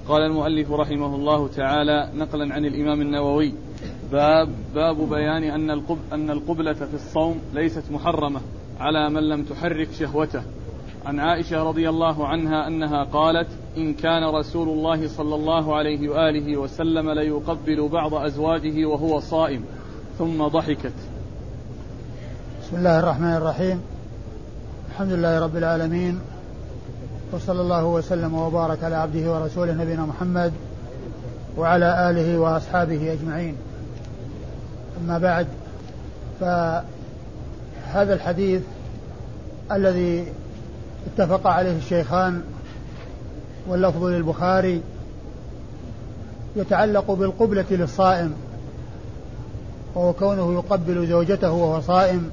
قال المؤلف رحمه الله تعالى نقلا عن الإمام النووي: باب بيان أن القبلة في الصوم ليست محرمة على من لم تحرك شهوته. عن عائشة رضي الله عنها أنها قالت: إن كان رسول الله صلى الله عليه وآله وسلم ليقبل بعض أزواجه وهو صائم، ثم ضحكت. بسم الله الرحمن الرحيم. الحمد لله رب العالمين، وصلى الله وسلم وبارك على عبده ورسوله نبينا محمد وعلى آله وأصحابه أجمعين. أما بعد، فهذا الحديث الذي اتفق عليه الشيخان واللفظ للبخاري يتعلق بالقبلة للصائم، وهو كونه يقبل زوجته وهو صائم،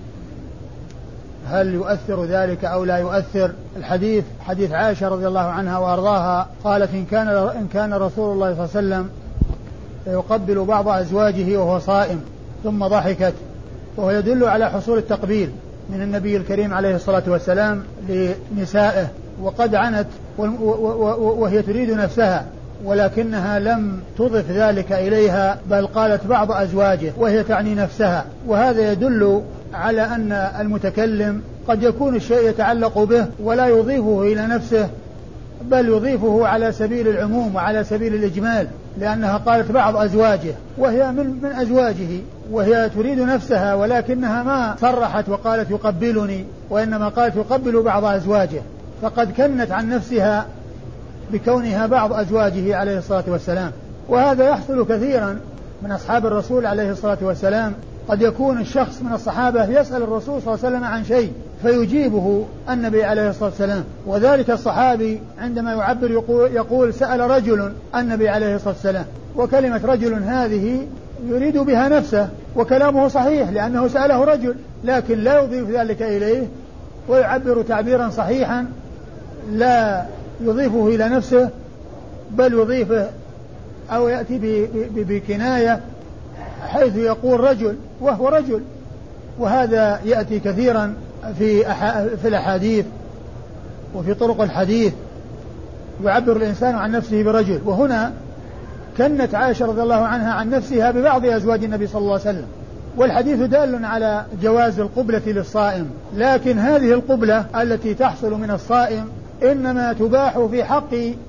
هل يؤثر ذلك أو لا يؤثر؟ الحديث حديث عائشة رضي الله عنها وأرضاها قالت: إن كان رسول الله صلى الله عليه وسلم يقبل بعض أزواجه وهو صائم، ثم ضحكت، وهو يدل على حصول التقبيل من النبي الكريم عليه الصلاة والسلام لنسائه، وقد عنت وهي تريد نفسها، ولكنها لم تضف ذلك إليها، بل قالت بعض أزواجه وهي تعني نفسها. وهذا يدل على أن المتكلم قد يكون الشيء يتعلق به ولا يضيفه إلى نفسه، بل يضيفه على سبيل العموم وعلى سبيل الإجمال، لأنها قالت بعض أزواجه وهي من أزواجه، وهي تريد نفسها، ولكنها ما صرحت وقالت يقبلني، وإنما قالت يقبل بعض أزواجه، فقد كنت عن نفسها بكونها بعض أزواجه عليه الصلاة والسلام. وهذا يحصل كثيرا من أصحاب الرسول عليه الصلاة والسلام. قد يكون الشخص من الصحابة يسأل الرسول صلى الله عليه وسلم عن شيء فيجيبه النبي عليه الصلاة والسلام، وذلك الصحابي عندما يعبر يقول سأل رجل النبي عليه الصلاة والسلام، وكلمة رجل هذه يريد بها نفسه، وكلامه صحيح لأنه سأله رجل، لكن لا يضيف ذلك إليه، ويعبر تعبيرا صحيحا لا يضيفه إلى نفسه، بل يضيفه أو يأتي بكناية حيث يقول رجل وهو رجل. وهذا يأتي كثيرا في الأحاديث وفي طرق الحديث، يعبر الإنسان عن نفسه برجل. وهنا كنت عائشة رضي الله عنها عن نفسها ببعض أزواج النبي صلى الله عليه وسلم، والحديث دال على جواز القبلة للصائم، لكن هذه القبلة التي تحصل من الصائم إنما تباح في حق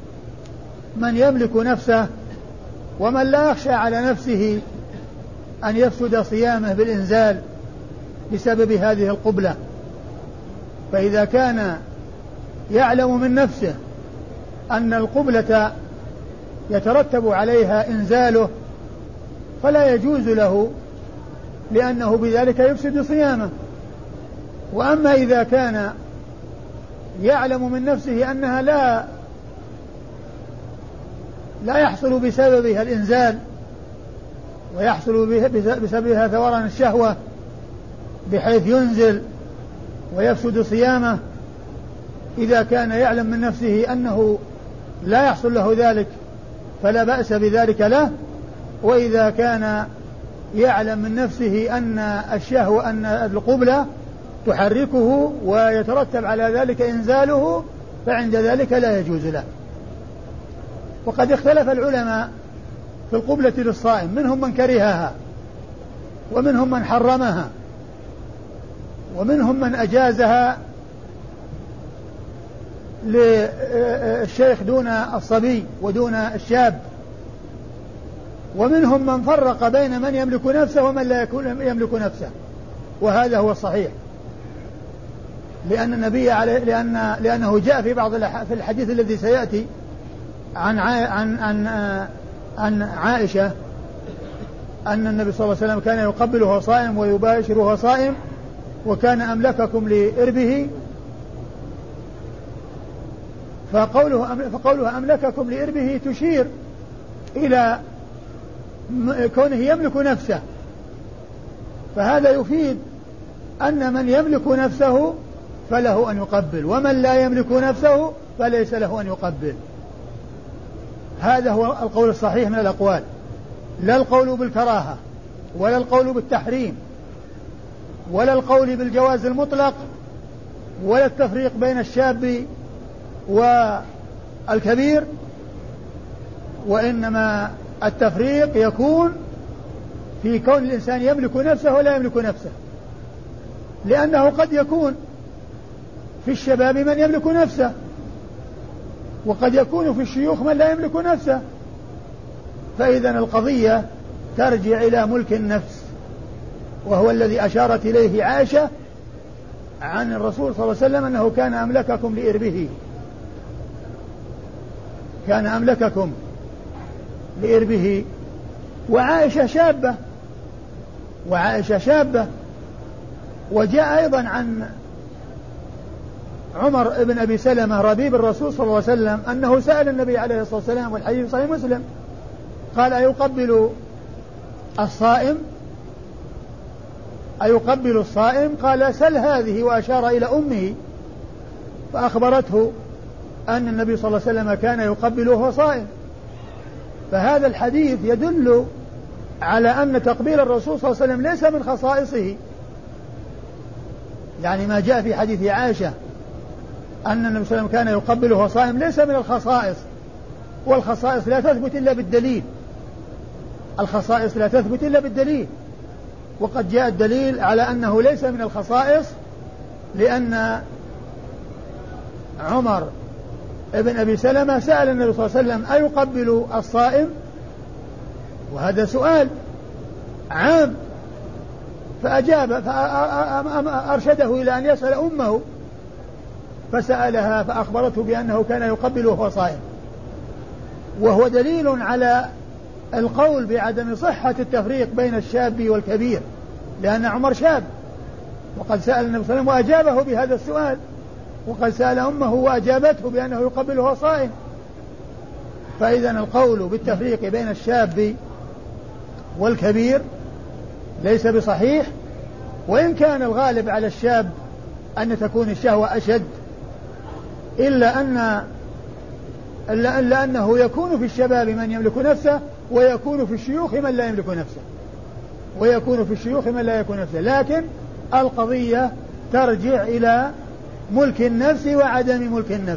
من يملك نفسه، ومن لا يخشى على نفسه أن يفسد صيامه بالإنزال بسبب هذه القبلة. فإذا كان يعلم من نفسه أن القبلة يترتب عليها إنزاله فلا يجوز له، لأنه بذلك يفسد صيامه. وأما إذا كان يعلم من نفسه أنها لا يحصل بسببها الإنزال، ويحصل بسببها ثوران الشهوة بحيث ينزل ويفسد صيامه، إذا كان يعلم من نفسه أنه لا يحصل له ذلك فلا بأس بذلك له. وإذا كان يعلم من نفسه أن الشهوة أن القبلة تحركه ويترتب على ذلك إنزاله، فعند ذلك لا يجوز له. وقد اختلف العلماء في القبلة للصائم، منهم من كرهها، ومنهم من حرمها، ومنهم من أجازها للشيخ دون الصبي ودون الشاب، ومنهم من فرق بين من يملك نفسه ومن لا يملك نفسه، وهذا هو الصحيح، لأن النبي لأنه جاء في الحديث الذي سيأتي عن عائشة أن النبي صلى الله عليه وسلم كان يقبله صائم ويباشره صائم، وكان أملككم لإربه، فقوله أملككم لإربه تشير إلى كونه يملك نفسه، فهذا يفيد أن من يملك نفسه فله أن يقبل، ومن لا يملك نفسه فليس له أن يقبل. هذا هو القول الصحيح من الأقوال، لا القول بالكراهة ولا القول بالتحريم ولا القول بالجواز المطلق ولا التفريق بين الشاب والكبير، وإنما التفريق يكون في كون الإنسان يملك نفسه ولا يملك نفسه، لأنه قد يكون في الشباب من يملك نفسه، وقد يكون في الشيوخ من لا يملك نفسه، فإذا القضية ترجع إلى ملك النفس، وهو الذي أشارت إليه عائشة عن الرسول صلى الله عليه وسلم أنه كان أملككم لإربه، كان أملككم لإربه. وعائشة شابة. وجاء أيضا عن عمر بن أبي سلمة ربيب الرسول صلى الله عليه وسلم أنه سأل النبي عليه الصلاة والسلام، والحديث صحيح مسلم، قال أيقبل الصائم؟ قال سل هذه، وأشار إلى أمه فأخبرته أن النبي صلى الله عليه وسلم كان يقبله وهو صائم. فهذا الحديث يدل على أن تقبيل الرسول صلى الله عليه وسلم ليس من خصائصه، يعني ما جاء في حديث عائشة أن النبي صلى الله عليه وسلم كان يقبله وهو صائم ليس من الخصائص، والخصائص لا تثبت إلا بالدليل، وقد جاء الدليل على أنه ليس من الخصائص، لأن عمر ابن أبي سلمة سأل النبي صلى الله عليه وسلم أيقبل الصائم؟ وهذا سؤال عام، فأجاب فأرشده إلى أن يسأل أمه، فسألها فأخبرته بأنه كان يقبله وهو صائم، وهو دليل على القول بعدم صحة التفريق بين الشاب والكبير، لأن عمر شاب وقد سأل النبي صلى الله عليه وسلم وأجابه بهذا السؤال، وقد سأل أمه وأجابته بأنه يقبله وهو صائم. فإذا القول بالتفريق بين الشاب والكبير ليس بصحيح، وإن كان الغالب على الشاب أن تكون الشهوة أشد، إلا أنه يكون في الشباب من يملك نفسه، ويكون في الشيوخ من لا يملك نفسه، لكن القضية ترجع إلى ملك النفس وعدم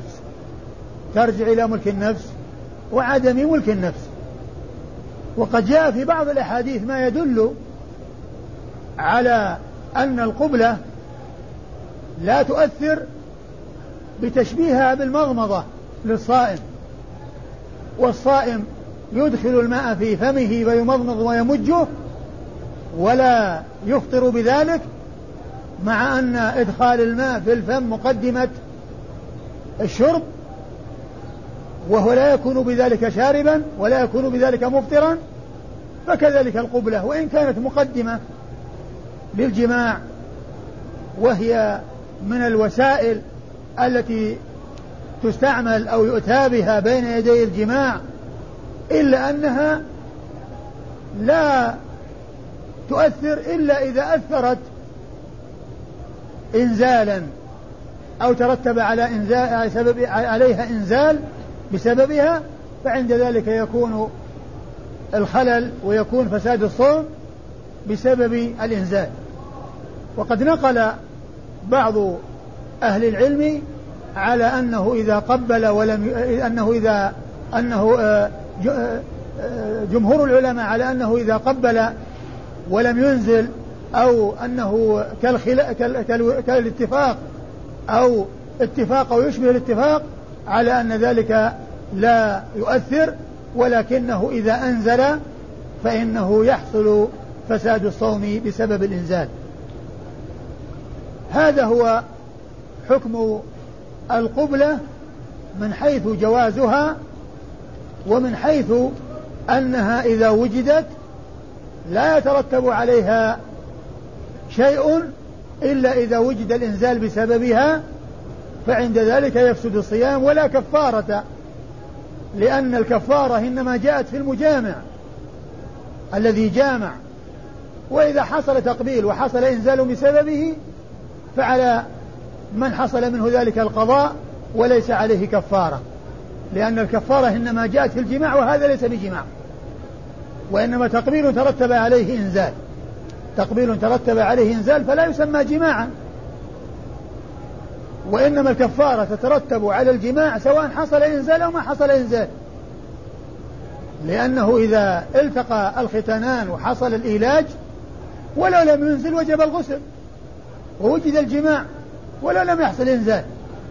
ملك النفس. وقد جاء في بعض الأحاديث ما يدل على أن القبلة لا تؤثر بتشبيهها بالمضمضة للصائم، والصائم يدخل الماء في فمه فيمضمض ويمجه ولا يفطر بذلك، مع أن إدخال الماء في الفم مقدمة الشرب، وهو لا يكون بذلك شاربا ولا يكون بذلك مفطرا. فكذلك القبلة وإن كانت مقدمة للجماع، وهي من الوسائل التي تستعمل أو يؤتى بها بين يدي الجماع، إلا أنها لا تؤثر إلا إذا أثرت إنزالا أو ترتب عليها إنزال بسببها، فعند ذلك يكون الخلل ويكون فساد الصوم بسبب الإنزال. وقد نقل بعض أهل العلم على أنه إذا قبل جمهور العلماء على أنه إذا قبل ولم ينزل، أو أنه كالاتفاق أو اتفاق أو يشبه الاتفاق، على أن ذلك لا يؤثر، ولكنه إذا أنزل فإنه يحصل فساد الصوم بسبب الإنزال. هذا هو حكم القبلة من حيث جوازها، ومن حيث أنها إذا وجدت لا يترتب عليها شيء إلا إذا وجد الإنزال بسببها، فعند ذلك يفسد الصيام ولا كفارة، لأن الكفارة إنما جاءت في المجامع الذي جامع، وإذا حصل تقبيل وحصل إنزال بسببه فعلى من حصل منه ذلك القضاء وليس عليه كفارة، لأن الكفارة إنما جاءت في الجماع، وهذا ليس بجماع، وإنما تقبيل ترتب عليه إنزال فلا يسمى جماعا، وإنما الكفارة تترتب على الجماع سواء حصل إنزال أو ما حصل إنزال. لأنه إذا التقى الختانان وحصل الإيلاج ولو لم ينزل وجب الغسل، ووجد الجماع ولو لم يحصل إنزال.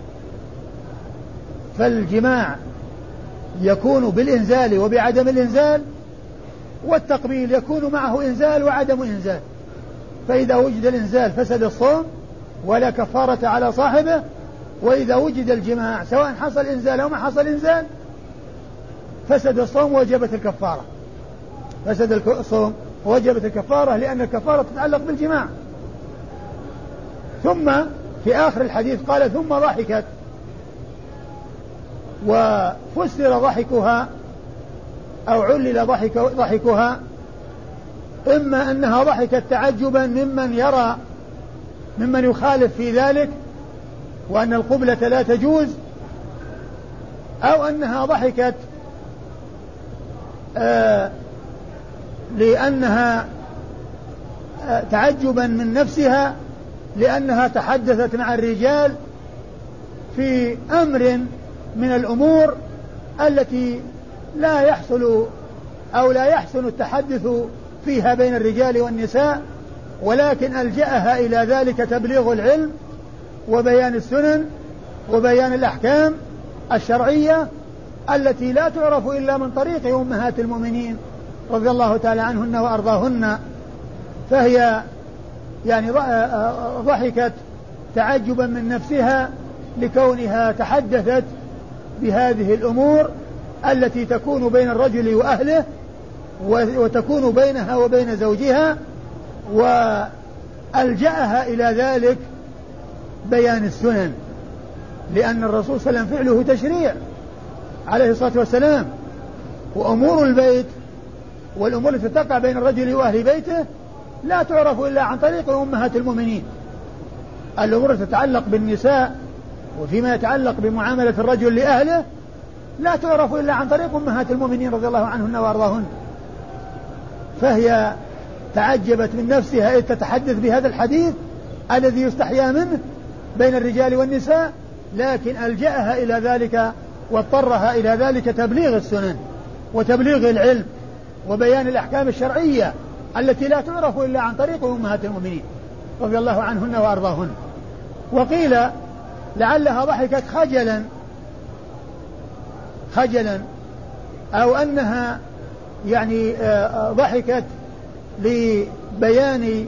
فالجماع يكون بالإنزال وبعدم الإنزال، والتقبيل يكون معه إنزال وعدم إنزال. فإذا وجد الإنزال فسد الصوم ولا كفارة على صاحبه، وإذا وجد الجماع سواء حصل إنزال أو ما حصل إنزال فسد الصوم ووجبت الكفارة. فسد الصوم ووجبت الكفارة، لأن الكفارة تتعلق بالجماع. ثم في آخر الحديث قال ثم ضحكت، وفسر ضحكها أو علل ضحكها إما أنها ضحكت تعجبا ممن يخالف في ذلك وأن القبلة لا تجوز، أو أنها ضحكت لأنها تعجبا من نفسها، لأنها تحدثت مع الرجال في أمر من الأمور التي لا يحصل أو لا يحسن التحدث فيها بين الرجال والنساء، ولكن ألجأها إلى ذلك تبليغ العلم وبيان السنن وبيان الأحكام الشرعية التي لا تعرف إلا من طريق أمهات المؤمنين رضي الله تعالى عنهن وأرضاهن. فهي يعني ضحكت تعجبا من نفسها لكونها تحدثت بهذه الأمور التي تكون بين الرجل وأهله وتكون بينها وبين زوجها، وألجأها إلى ذلك بيان السنن، لأن الرسول صلى الله عليه وسلم فعله تشريع عليه الصلاة والسلام، وأمور البيت والأمور التي تقع بين الرجل وأهل بيته لا تعرف إلا عن طريق أمهات المؤمنين. الأمور تتعلق بالنساء وفيما يتعلق بمعاملة الرجل لأهله لا تعرف إلا عن طريق أمهات المؤمنين رضي الله عنهن وأرضاهن. فهي تعجبت من نفسها إذ تتحدث بهذا الحديث الذي يستحيا منه بين الرجال والنساء، لكن ألجأها إلى ذلك واضطرها إلى ذلك تبليغ السنن وتبليغ العلم وبيان الأحكام الشرعية التي لا تعرف إلا عن طريق أمهات المؤمنين رضي الله عنهن وأرضاهن. وقيل لعلها ضحكت خجلا أو أنها يعني ضحكت لبيان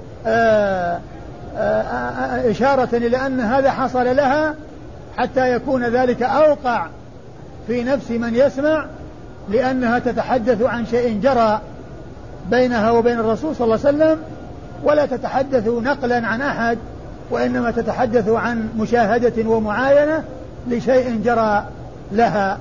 إشارة إلى أن هذا حصل لها حتى يكون ذلك أوقع في نفس من يسمع، لأنها تتحدث عن شيء جرى بينها وبين الرسول صلى الله عليه وسلم، ولا تتحدث نقلا عن أحد، وإنما تتحدث عن مشاهدة ومعاينة لشيء جرى لها.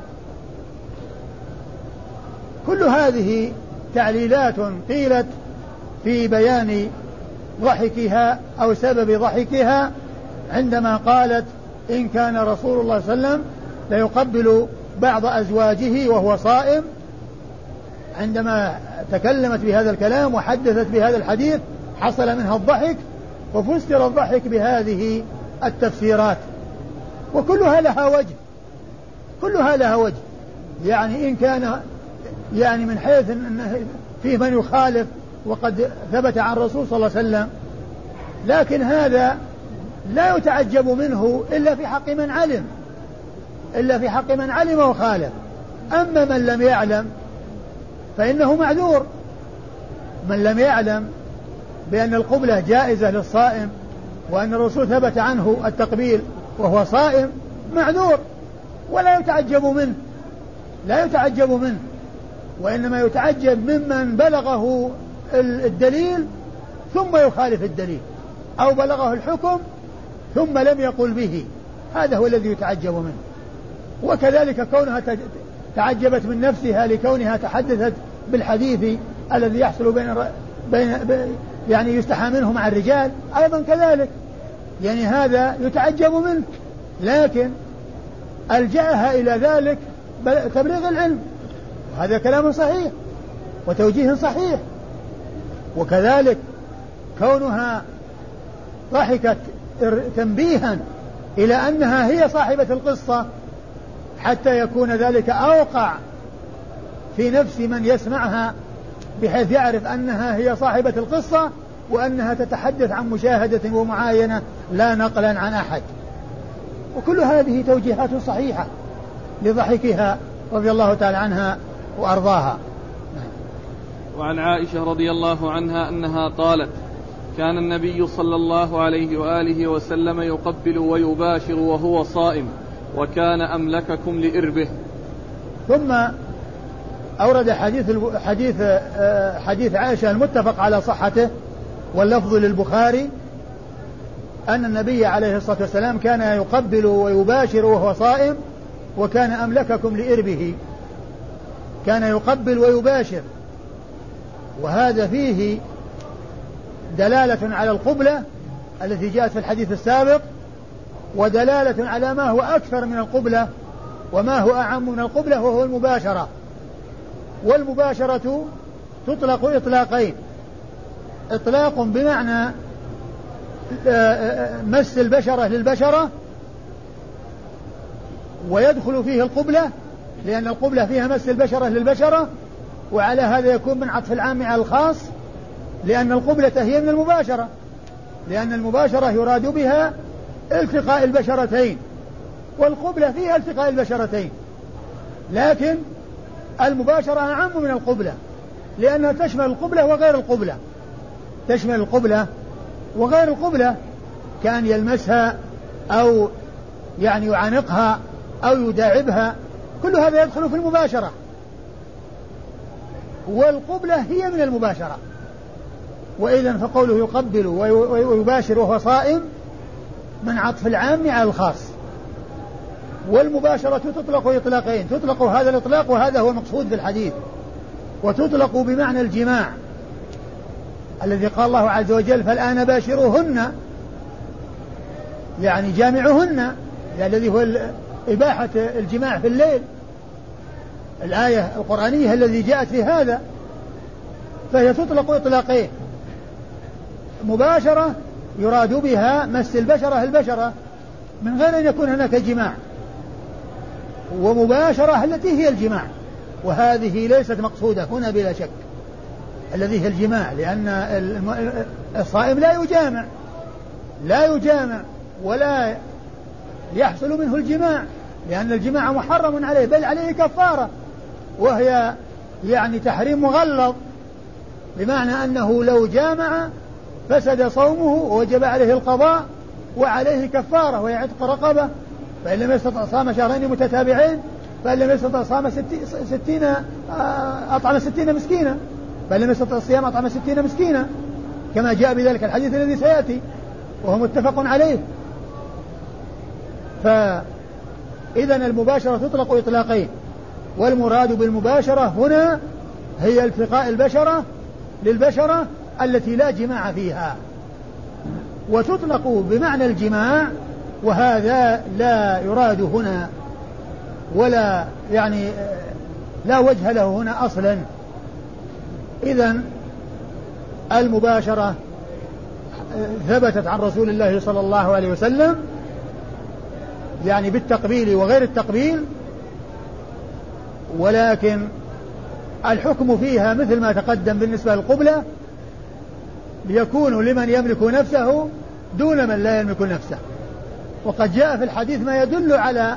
كل هذه تعليلات قيلت في بيان ضحكها أو سبب ضحكها عندما قالت إن كان رسول الله صلى الله عليه وسلم ليقبل بعض أزواجه وهو صائم. عندما تكلمت بهذا الكلام وحدثت بهذا الحديث حصل منها الضحك، وفسر الضحك بهذه التفسيرات، وكلها لها وجه. يعني إن كان يعني من حيث أن فيه من يخالف وقد ثبت عن الرسول صلى الله عليه وسلم، لكن هذا لا يتعجب منه إلا في حق من علم وخالف. أما من لم يعلم فإنه معذور. من لم يعلم بأن القبلة جائزة للصائم وأن الرسول ثبت عنه التقبيل وهو صائم معذور، ولا يتعجب منه، وإنما يتعجب ممن بلغه الدليل ثم يخالف الدليل، أو بلغه الحكم ثم لم يقل به، هذا هو الذي يتعجب منه. وكذلك كونها تعجبت من نفسها لكونها تحدثت بالحديث الذي يحصل بين يعني يستحى منه مع الرجال أيضا كذلك، يعني هذا يتعجب منه، لكن ألجأها إلى ذلك تبليغ العلم، وهذا كلام صحيح وتوجيه صحيح. وكذلك كونها ضحكت تنبيها إلى أنها هي صاحبة القصة حتى يكون ذلك أوقع في نفس من يسمعها بحيث يعرف أنها هي صاحبة القصة وأنها تتحدث عن مشاهدة ومعاينة لا نقلا عن أحد. وكل هذه توجيهات صحيحة لضحكها رضي الله تعالى عنها وأرضاها. وعن عائشة رضي الله عنها أنها قالت: كان النبي صلى الله عليه وآله وسلم يقبل ويباشر وهو صائم وكان أملككم لإربه. ثم أورد حديث عائشة المتفق على صحته واللفظ للبخاري أن النبي عليه الصلاة والسلام كان يقبل ويباشر وهو صائم وكان أملككم لإربه. كان يقبل ويباشر، وهذا فيه دلالة على القبلة التي جاءت في الحديث السابق، ودلالة على ما هو أكثر من القبلة وما هو أعم من القبلة وهو المباشرة. والمباشرة تطلق إطلاقين: إطلاق بمعنى مس البشرة للبشرة ويدخل فيه القبلة، لأن القبلة فيها مس البشرة للبشرة، وعلى هذا يكون من عطف العام على الخاص، لأن القبلة هي من المباشرة، لأن المباشرة يراد بها التقاء البشرتين، والقبلة فيها التقاء البشرتين، لكن المباشرة أعم من القبلة لأنها تشمل القبلة وغير القبلة، تشمل القبلة وغير القبلة، كان يلمسها أو يعني يعانقها أو يداعبها، كل هذا يدخل في المباشرة، والقبلة هي من المباشرة. وإذن فقوله يقبل ويباشر وهو صائم من عطف العام على الخاص. والمباشرة تطلق إطلاقين: تطلق هذا الإطلاق وهذا هو المقصود في الحديث، وتطلق بمعنى الجماع الذي قال الله عز وجل: فالآن باشروهن، يعني جامعهن، الذي هو إباحة الجماع في الليل، الآية القرآنية التي جاءت في هذا، فهي تطلق إطلاقين: مباشرة يراد بها مس البشرة البشرة من غير أن يكون هناك جماع، ومباشرة التي هي الجماع، وهذه ليست مقصودة هنا بلا شك، الذي هي الجماع، لأن الصائم لا يجامع ولا يحصل منه الجماع، لأن الجماع محرم عليه، بل عليه كفارة، وهي يعني تحريم مغلظ، بمعنى أنه لو جامع فسد صومه ووجب عليه القضاء وعليه كفارة وهي عتق رقبة، فإن لم يستطع صام شهرين متتابعين، فإن لم يستطع صام أطعم 60 مسكينا، فإن لم يستطع الصيام أطعم 60 مسكينا، كما جاء بذلك الحديث الذي سيأتي وهو متفق عليه. فإذا المباشرة تطلق إطلاقين، والمراد بالمباشرة هنا هي التقاء البشرة للبشرة التي لا جماع فيها، وتطلق بمعنى الجماع، وهذا لا يراد هنا ولا يعني لا وجه له هنا أصلا. إذن المباشرة ثبتت عن رسول الله صلى الله عليه وسلم، يعني بالتقبيل وغير التقبيل، ولكن الحكم فيها مثل ما تقدم بالنسبة للقبلة، يكون لمن يملك نفسه دون من لا يملك نفسه. وقد جاء في الحديث ما يدل على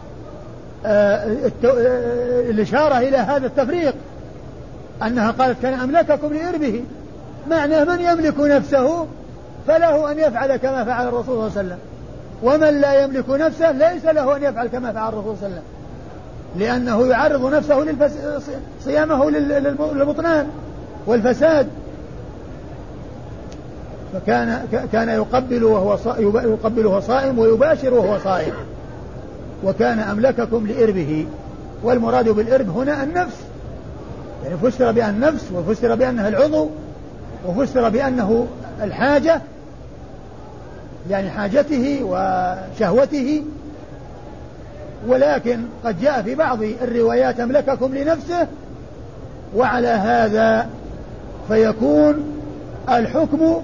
الإشارة إلى هذا التفريق، أنها قالت: كان أملككم لإربه، معنى من يملك نفسه فله أن يفعل كما فعل الرسول صلى الله عليه وسلم، ومن لا يملك نفسه ليس له أن يفعل كما فعل الرسول صلى الله عليه وسلم، لأنه يعرض نفسه صيامه للبطلان والفساد. فكان يقبل وهو صائم ويباشر وهو صائم، وكان أملككم لإربه. والمراد بالإرب هنا النفس، يعني فسر بأن النفس، وفسر بأنها العضو، وفسر بأنه الحاجة، يعني حاجته وشهوته. ولكن قد جاء في بعض الروايات أملككم لنفسه، وعلى هذا فيكون الحكم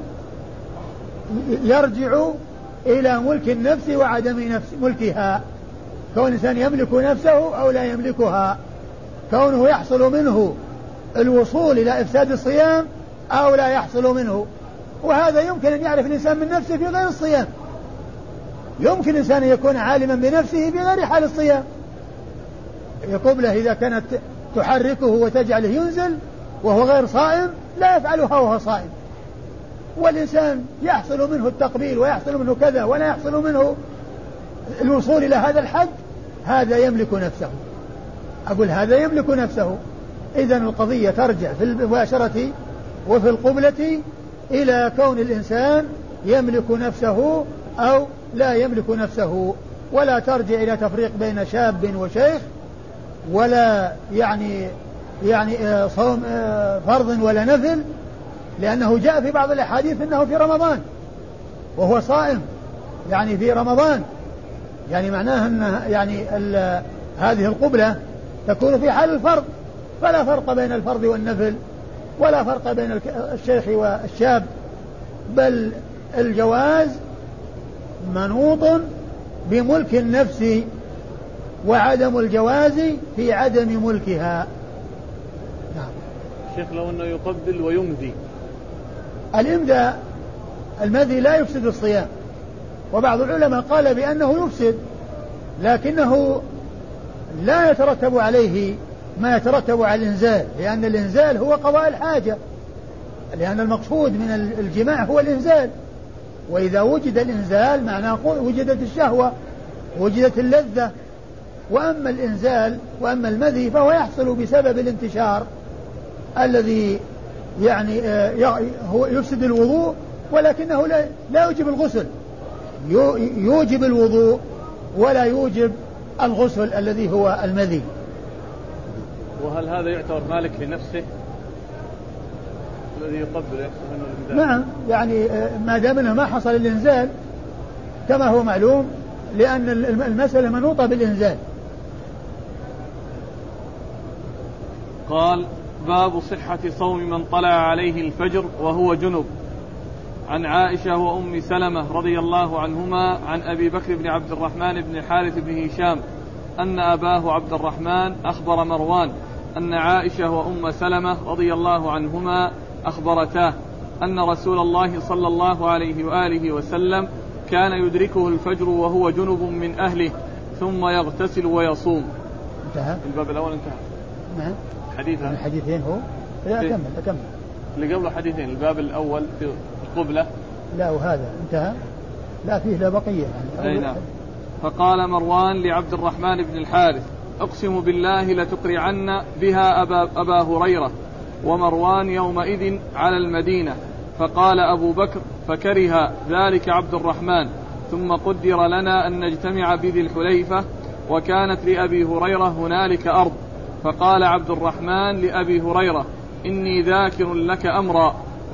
يرجع إلى ملك النفس وعدم نفس ملكها، كون الإنسان يملك نفسه أو لا يملكها. كونه يحصل منه الوصول إلى إفساد الصيام أو لا يحصل منه. وهذا يمكن أن يعرف الإنسان من نفسه في غير الصيام. يمكن الإنسان أن يكون عالما بنفسه في غير حال الصيام. القبلة إذا كانت تحركه وتجعله ينزل وهو غير صائم لا يفعلها وهو صائم. والإنسان يحصل منه التقبيل ويحصل منه كذا ولا يحصل منه الوصول إلى هذا الحد، هذا يملك نفسه. أقول هذا يملك نفسه. إذن القضية ترجع في المباشرة وفي القبلة إلى كون الإنسان يملك نفسه أو لا يملك نفسه، ولا ترجع إلى تفريق بين شاب وشيخ، ولا يعني صوم فرض ولا نفل، لأنه جاء في بعض الأحاديث أنه في رمضان وهو صائم، يعني في رمضان، يعني معناه أن هذه القبلة تكون في حال الفرض، فلا فرق بين الفرض والنفل، ولا فرق بين الشيخ والشاب، بل الجواز منوط بملك النفس، وعدم الجواز في عدم ملكها. نعم. شيخ لو أنه يقبل ويمضي، الإمداء المذي لا يفسد الصيام، وبعض العلماء قال بأنه يفسد، لكنه لا يترتب عليه ما يترتب على الإنزال، لأن الإنزال هو قضاء الحاجة، لأن المقصود من الجماع هو الإنزال، وإذا وجد الإنزال معناه وجدت الشهوة وجدت اللذة. وأما الإنزال وأما المذي فهو يحصل بسبب الانتشار الذي هو يفسد الوضوء، ولكنه لا يوجب الغسل، يوجب الوضوء ولا يوجب الغسل الذي هو المذي. وهل هذا يعتبر مالك لنفسه الذي يقبل يحصل منه الإنزال؟ نعم، يعني ما دام انه ما حصل الإنزال كما هو معلوم، لأن المسألة منوطة بالإنزال. قال: باب صحة صوم من طلع عليه الفجر وهو جنب. عن عائشة وأم سلمة رضي الله عنهما عن أبي بكر بن عبد الرحمن بن الحارث بن هشام أن أباه عبد الرحمن أخبر مروان أن عائشة وأم سلمة رضي الله عنهما أخبرتاه أن رسول الله صلى الله عليه وآله وسلم كان يدركه الفجر وهو جنب من أهله ثم يغتسل ويصوم. انتهى الباب الأول انتهى. نعم. حديثها الحديثين هو لا أكمل اللي قبله حديثين. الباب الأول في القبلة، لا وهذا انتهى، لا فيه لا بقية يعني. نعم. فقال مروان لعبد الرحمن بن الحارث: أقسم بالله لتقرعن بها أبا هريرة. ومروان يومئذ على المدينة. فقال أبو بكر: فكره ذلك عبد الرحمن. ثم قدر لنا أن نجتمع بذي الحليفة، وكانت لأبي هريرة هنالك أرض. فقال عبد الرحمن لأبي هريرة: إني ذاكر لك أمرا،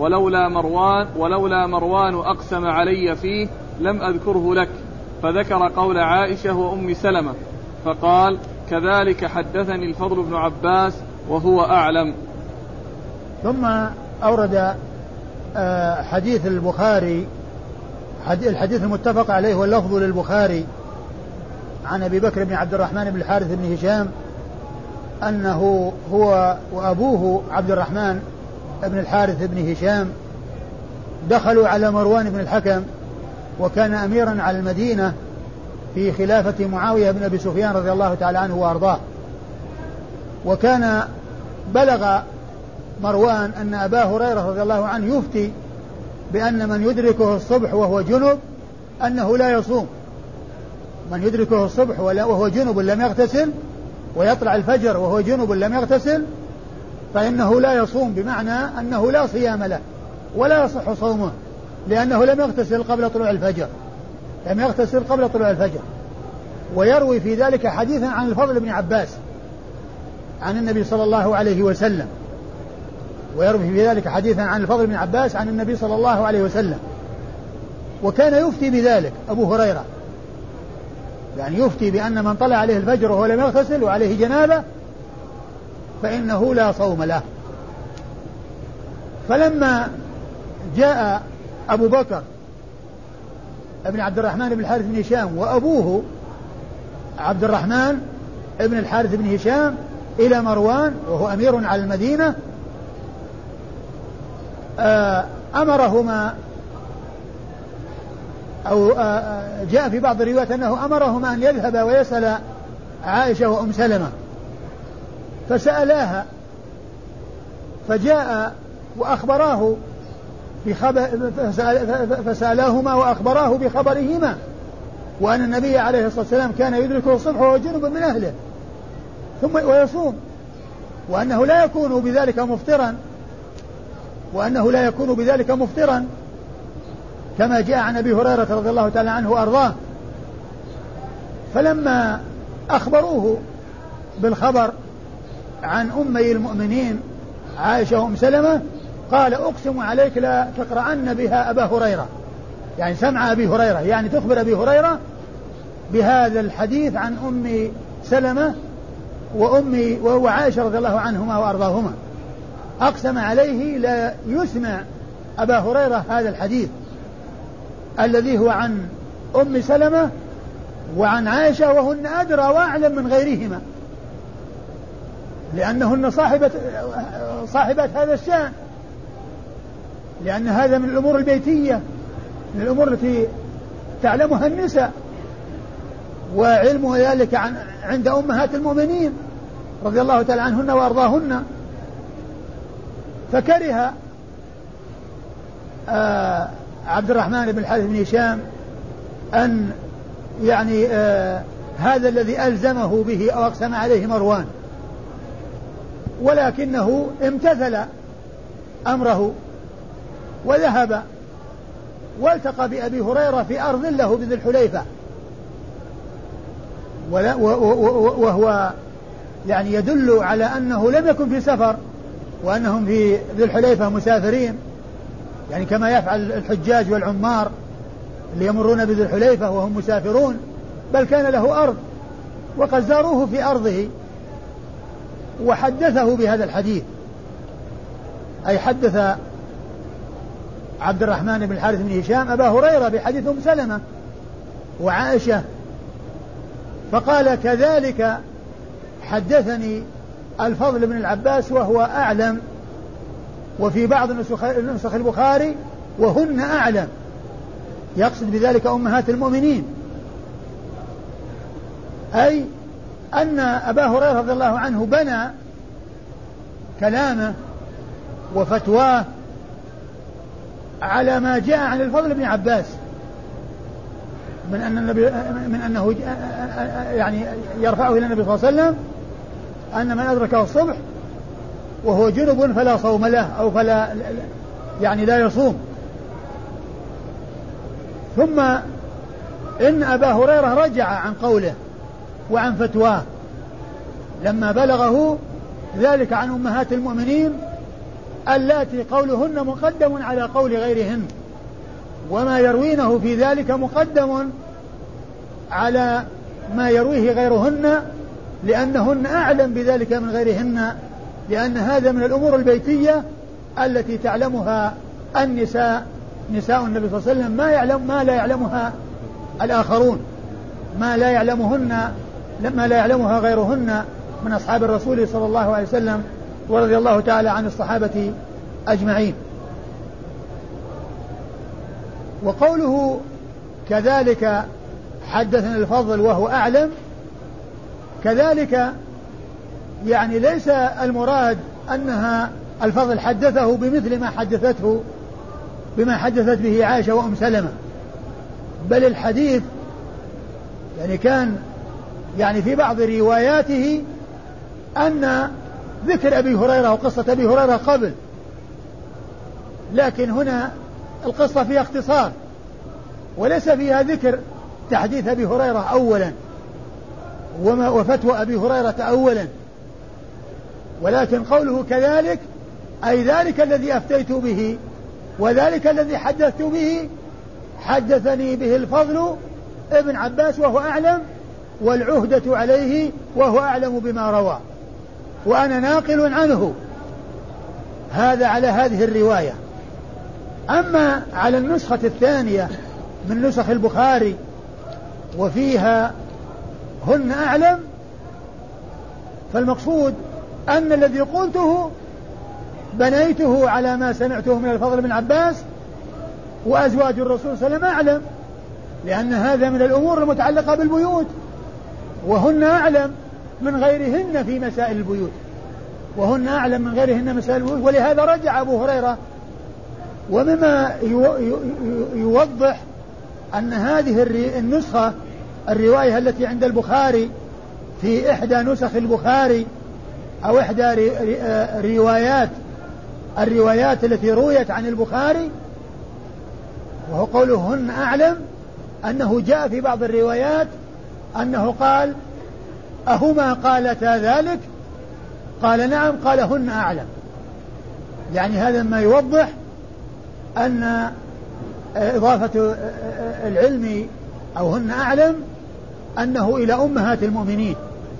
ولولا مروان أقسم علي فيه لم أذكره لك. فذكر قول عائشة وأم سلمة، فقال: كذلك حدثني الفضل بن عباس وهو أعلم. ثم أورد حديث البخاري، الحديث المتفق عليه واللفظ للبخاري، عن أبي بكر بن عبد الرحمن بن الحارث بن هشام أنه هو وأبوه عبد الرحمن بن الحارث بن هشام دخلوا على مروان بن الحكم، وكان أميرا على المدينة في خلافة معاوية بن أبي سفيان رضي الله تعالى عنه وأرضاه. وكان بلغ مروان أن أبا هريرة رضي الله عنه يفتي بأن من يدركه الصبح وهو جنب أنه لا يصوم. من يدركه الصبح وهو جنب لم يغتسل، ويطلع الفجر وهو جنب لم يغتسل، فإنه لا يصوم، بمعنى أنه لا صيام له ولا يصح صومه، لأنه لم يغتسل قبل طلوع الفجر. ويروي في ذلك حديثا عن الفضل بن عباس عن النبي صلى الله عليه وسلم، وكان يفتي بذلك أبو هريرة، يعني يفتي بأن من طلع عليه الفجر وهو لم يغتسل وعليه جنابة فإنه لا صوم له. فلما جاء أبو بكر ابن عبد الرحمن بن الحارث بن هشام وأبوه عبد الرحمن ابن الحارث بن هشام إلى مروان وهو أمير على المدينة أمرهما أو جاء في بعض الروايات أنه أمرهما أن يذهبا ويسأل عائشة وأم سلمة، فسألاها فجاء وأخبراه فسألاهما وأخبراه بخبرهما، وأن النبي عليه الصلاة والسلام كان يدركه الصبح وهو جنب من أهله ثم ويصوم، وأنه لا يكون بذلك مفطرا كما جاء عن أبي هريرة رضي الله تعالى عنه وأرضاه. فلما أخبروه بالخبر عن أمي المؤمنين عائشة وأم سلمة قال أقسم عليك لا تقرأن بها أبا هريرة، يعني سمع أبي هريرة، يعني تخبر أبي هريرة بهذا الحديث عن أم سلمة وعائشة رضي الله عنهما وأرضاهما. أقسم عليه لا يسمع أبا هريرة هذا الحديث الذي هو عن أم سلمة وعن عائشة، وهن أدرى وأعلم من غيرهما، لأنهن صاحبات هذا الشأن، لأن هذا من الأمور البيتية، من الأمور التي تعلمها النساء، وعلم ذلك عند أمهات المؤمنين رضي الله تعالى عنهن وأرضاهن. فكره عبد الرحمن بن الحارث بن هشام أن يعني هذا الذي ألزمه به أو أقسم عليه مروان، ولكنه امتثل أمره وذهب والتقى بأبي هريرة في أرض له بذي الحليفة، وهو يعني يدل على أنه لم يكن في سفر، وأنهم في ذي الحليفة مسافرين، يعني كما يفعل الحجاج والعمار اللي يمرون بذي الحليفة وهم مسافرون، بل كان له أرض وقد زاروه في أرضه وحدثه بهذا الحديث، أي حدث عبد الرحمن بن الحارث بن هشام أبا هريرة بحديث أم سلمة وعائشة، فقال كذلك حدثني الفضل بن العباس وهو أعلم، وفي بعض نسخ البخاري وهن أعلم، يقصد بذلك أمهات المؤمنين، أي أن أبا هريرة رضي الله عنه بنى كلامه وفتواه على ما جاء عن الفضل بن عباس من أنه يعني يرفعه إلى النبي صلى الله عليه وسلم أن من أدركه الصبح وهو جنب فلا صوم له أو فلا يعني لا يصوم. ثم إن أبا هريرة رجع عن قوله وعن فتواه لما بلغه ذلك عن أمهات المؤمنين اللاتي قولهن مقدم على قول غيرهن، وما يروينه في ذلك مقدم على ما يرويه غيرهن، لأنهن أعلم بذلك من غيرهن، لأن هذا من الأمور البيتية التي تعلمها النساء، نساء النبي صلى الله عليه وسلم، ما لا يعلمها الآخرون، ما لا يعلمها غيرهن من أصحاب الرسول صلى الله عليه وسلم ورضي الله تعالى عن الصحابة أجمعين. وقوله كذلك حدثنا الفضل وهو أعلم، كذلك يعني ليس المراد أنها الفضل حدثه بمثل بما حدثت به عائشة وأم سلمة، بل الحديث يعني كان يعني في بعض رواياته أن ذكر أبي هريرة وقصة أبي هريرة قبل، لكن هنا القصة فيها اختصار وليس فيها ذكر تحديث أبي هريرة أولا وفتوى أبي هريرة أولا، ولكن قوله كذلك أي ذلك الذي أفتيت به وذلك الذي حدثت به حدثني به الفضل ابن عباس وهو أعلم، والعهدة عليه وهو أعلم بما روى، وأنا ناقل عنه. هذا على هذه الرواية. أما على النسخة الثانية من نسخ البخاري وفيها هن أعلم، فالمقصود أن الذي قلته بنيته على ما سمعته من الفضل بن عباس، وأزواج الرسول صلى الله عليه وسلم أعلم، لأن هذا من الأمور المتعلقة بالبيوت، وهن أعلم من غيرهن في مسائل البيوت، وهن أعلم من غيرهن مسائل البيوت. ولهذا رجع أبو هريرة. ومما يوضح أن هذه النسخة الرواية التي عند البخاري في إحدى نسخ البخاري أو إحدى الروايات التي رويت عن البخاري، وهو قوله هن أعلم، أنه جاء في بعض الروايات أنه قال أهما قالتا ذلك؟ قال نعم، قال هن أعلم. يعني هذا ما يوضح أن إضافة العلم أو هن أعلم أنه إلى أمهات المؤمنين،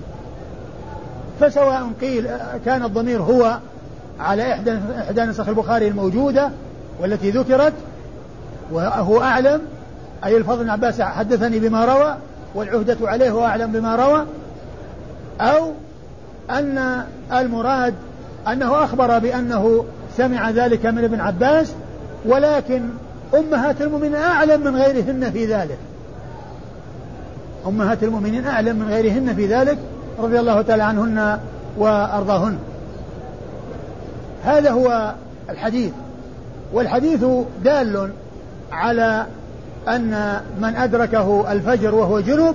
فسواء قيل كان الضمير هو على إحدى نسخ البخاري الموجودة والتي ذكرت وهو أعلم، أي الفضل بن عباس حدثني بما روى والعهدة عليه وأعلم بما روى، أو أن المراد أنه أخبر بأنه سمع ذلك من ابن عباس، ولكن أمهات المؤمنين أعلم من غيرهن في ذلك، أمهات المؤمنين أعلم من غيرهن في ذلك رضي الله تعالى عنهن وأرضاهن. هذا هو الحديث. والحديث دال على أن من أدركه الفجر وهو جنب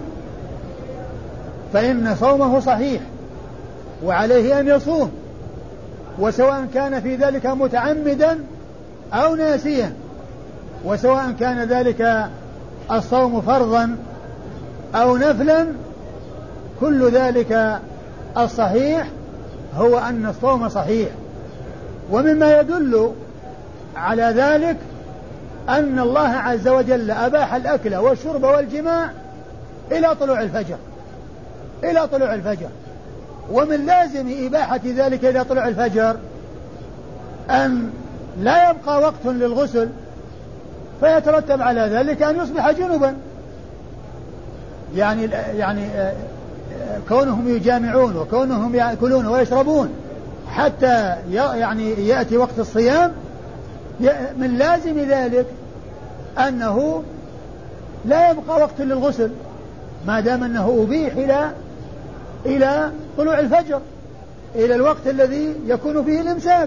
فإن صومه صحيح وعليه أن يصوم، وسواء كان في ذلك متعمدا أو ناسيا، وسواء كان ذلك الصوم فرضا أو نفلا، كل ذلك الصحيح هو أن الصوم صحيح. ومما يدل على ذلك أن الله عز وجل أباح الأكل والشرب والجماع إلى طلوع الفجر، إلى طلوع الفجر. ومن لازم إباحة ذلك إلى طلوع الفجر أن لا يبقى وقت للغسل فيترتب على ذلك أن يصبح جنبا، يعني كونهم يجامعون وكونهم يأكلون ويشربون حتى يعني يأتي وقت الصيام، من لازم ذلك أنه لا يبقى وقت للغسل ما دام أنه أبيح إلى طلوع الفجر، إلى الوقت الذي يكون فيه الإمساك،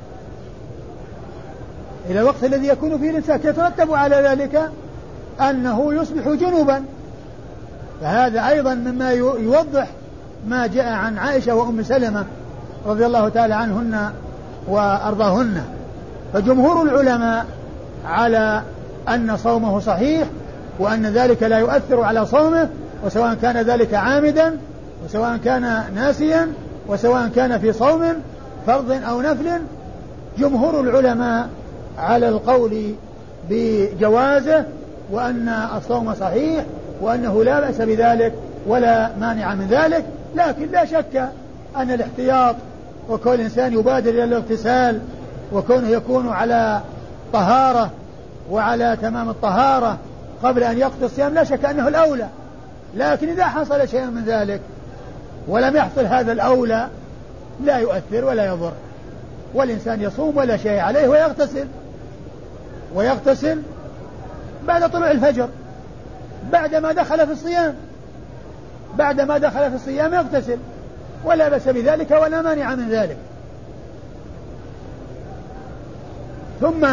إلى الوقت الذي يكون فيه الإمساك، يترتب على ذلك أنه يصبح جنوبا. فهذا أيضا مما يوضح ما جاء عن عائشة وأم سلمة رضي الله تعالى عنهن وأرضاهن. فجمهور العلماء على أن صومه صحيح، وأن ذلك لا يؤثر على صومه، وسواء كان ذلك عامدا وسواء كان ناسيا وسواء كان في صوم فرض أو نفل، جمهور العلماء على القول بجوازه وأن الصوم صحيح وأنه لا بأس بذلك ولا مانع من ذلك. لكن لا شك أن الاحتياط وكل إنسان يبادر إلى الاغتسال وكونه يكون على طهارة وعلى تمام الطهارة قبل أن يقضي الصيام لا شك أنه الأولى. لكن إذا حصل شيء من ذلك ولم يحصل هذا الأولى لا يؤثر ولا يضر، والإنسان يصوم ولا شيء عليه ويغتسل بعد طلوع الفجر بعدما دخل في الصيام، بعدما دخل في الصيام يغتسل ولا بأس بذلك ولا مانع من ذلك. ثم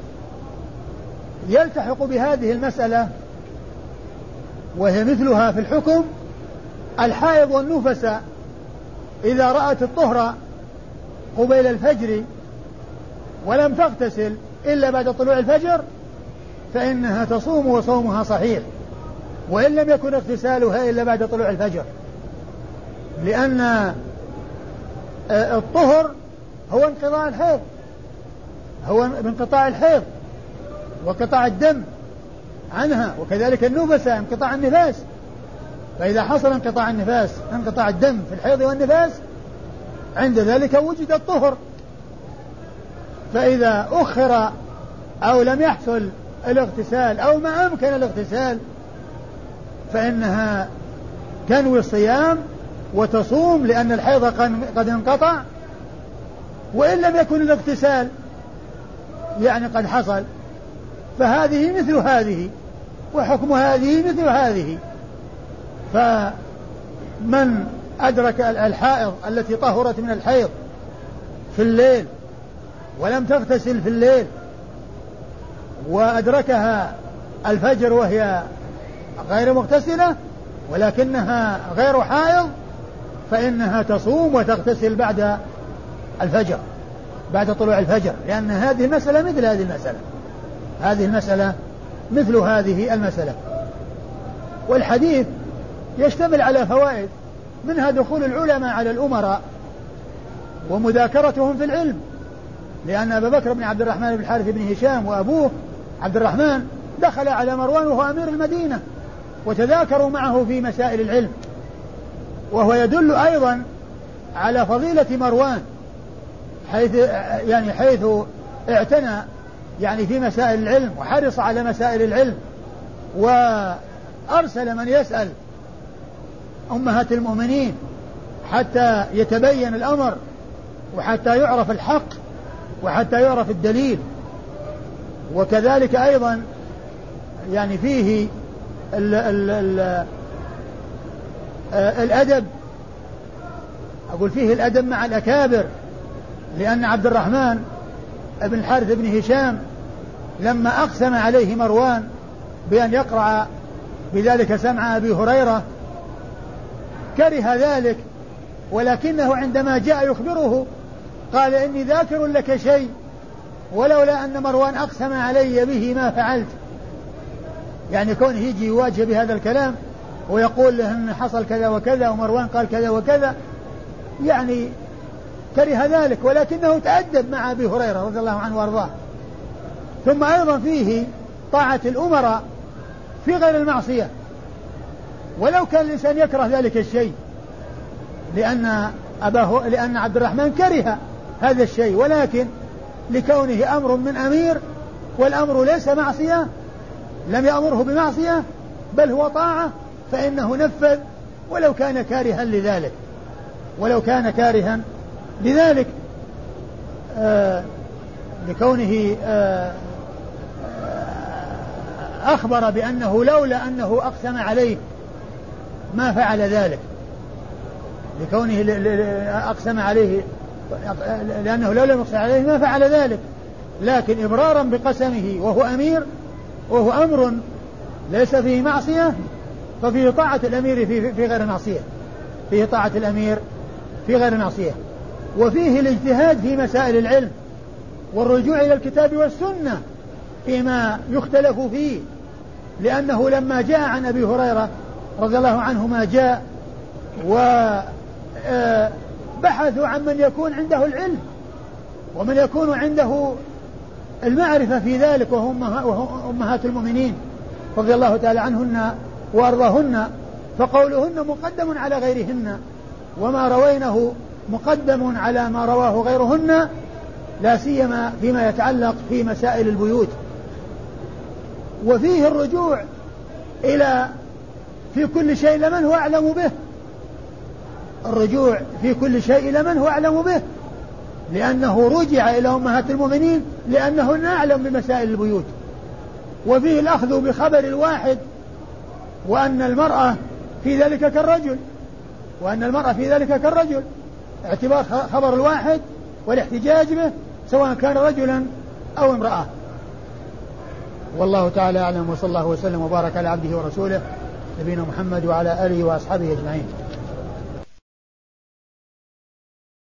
يلتحق بهذه المسألة وهي مثلها في الحكم الحائض والنفساء إذا رأت الطهر قبيل الفجر ولم تغتسل إلا بعد طلوع الفجر فإنها تصوم وصومها صحيح، وإن لم يكن اغتسالها إلا بعد طلوع الفجر، لأن الطهر هو انقضاء الحيض، هو بانقطاع الحيض وقطاع الدم عنها، وكذلك النفساء انقطاع النفاس. فإذا حصل انقطاع النفاس انقطاع الدم في الحيض والنفاس عند ذلك وجد الطهر. فإذا أخر أو لم يحصل الاغتسال أو ما أمكن الاغتسال فإنها تنوي الصيام وتصوم لأن الحيض قد انقطع، وإن لم يكن الاغتسال يعني قد حصل، فهذه مثل هذه وحكم هذه مثل هذه. فمن أدرك الحائض التي طهرت من الحيض في الليل ولم تغتسل في الليل وأدركها الفجر وهي غير مغتسلة ولكنها غير حائض، فإنها تصوم وتغتسل بعد الفجر، بعد طلوع الفجر، لأن هذه المسألة مثل هذه المسألة، هذه المسألة مثل هذه المسألة. والحديث يشتمل على فوائد، منها دخول العلماء على الأمراء ومذاكرتهم في العلم، لأن أبا بكر بن عبد الرحمن بن الحارث بن هشام وأبوه عبد الرحمن دخل على مروان وهو أمير المدينة وتذاكروا معه في مسائل العلم، وهو يدل أيضا على فضيلة مروان حيث اعتنى يعني في مسائل العلم وحرص على مسائل العلم، وأرسل من يسأل أمهات المؤمنين حتى يتبين الأمر وحتى يعرف الحق وحتى يعرف الدليل. وكذلك أيضا يعني فيه الأدب، أقول فيه الأدب مع الأكابر، لأن عبد الرحمن بن الحارث بن هشام لما أقسم عليه مروان بأن يقرأ بذلك سمع أبي هريرة كره ذلك، ولكنه عندما جاء يخبره قال إني ذاكر لك شيء ولولا أن مروان أقسم علي به ما فعلت، يعني كونه يجي يواجه بهذا الكلام ويقول له أن حصل كذا وكذا ومروان قال كذا وكذا، يعني كره ذلك، ولكنه تأدب مع أبي هريرة رضي الله عنه وارضاه. ثم أيضا فيه طاعة الأمراء في غير المعصية، ولو كان الإنسان يكره ذلك الشيء، لأن عبد الرحمن كره هذا الشيء، ولكن لكونه أمر من أمير والأمر ليس معصية، لم يأمره بمعصية بل هو طاعة، فإنه نفذ ولو كان كارها لذلك، ولو كان كارها لذلك لكونه أخبر بأنه لولا أنه أقسم عليه ما فعل ذلك، لكونه أقسم عليه لأنه لولا أقسم عليه ما فعل ذلك، لكن إبرارا بقسمه وهو أمير وهو أمر ليس فيه معصية، ففيه طاعة الأمير في غير معصية، فيه طاعة الأمير في غير معصية. وفيه الاجتهاد في مسائل العلم والرجوع إلى الكتاب والسنة فيما يختلف فيه، لأنه لما جاء عن أبي هريرة رضي الله عنه ما جاء وبحثوا عن من يكون عنده العلم ومن يكون عنده المعرفة في ذلك، وهم أمهات المؤمنين رضي الله تعالى عنهن وأرضاهن، فقولهن مقدم على غيرهن، وما روينه مقدم على ما رواه غيرهن، لا سيما فيما يتعلق في مسائل البيوت. وفيه الرجوع إلى في كل شيء لمن هو أعلم به، الرجوع في كل شيء لمن هو أعلم به، لأنه رجع إلى أمهات المؤمنين لأنهن أعلم بمسائل البيوت. وفيه الأخذ بخبر الواحد، وأن المرأة في ذلك كالرجل، وأن المرأة في ذلك كالرجل، اعتبار خبر الواحد والاحتجاج به سواء كان رجلا أو امرأة. والله تعالى أعلم، وصلى الله وسلم وبارك على عبده ورسوله نبينا محمد وعلى آله وأصحابه أجمعين.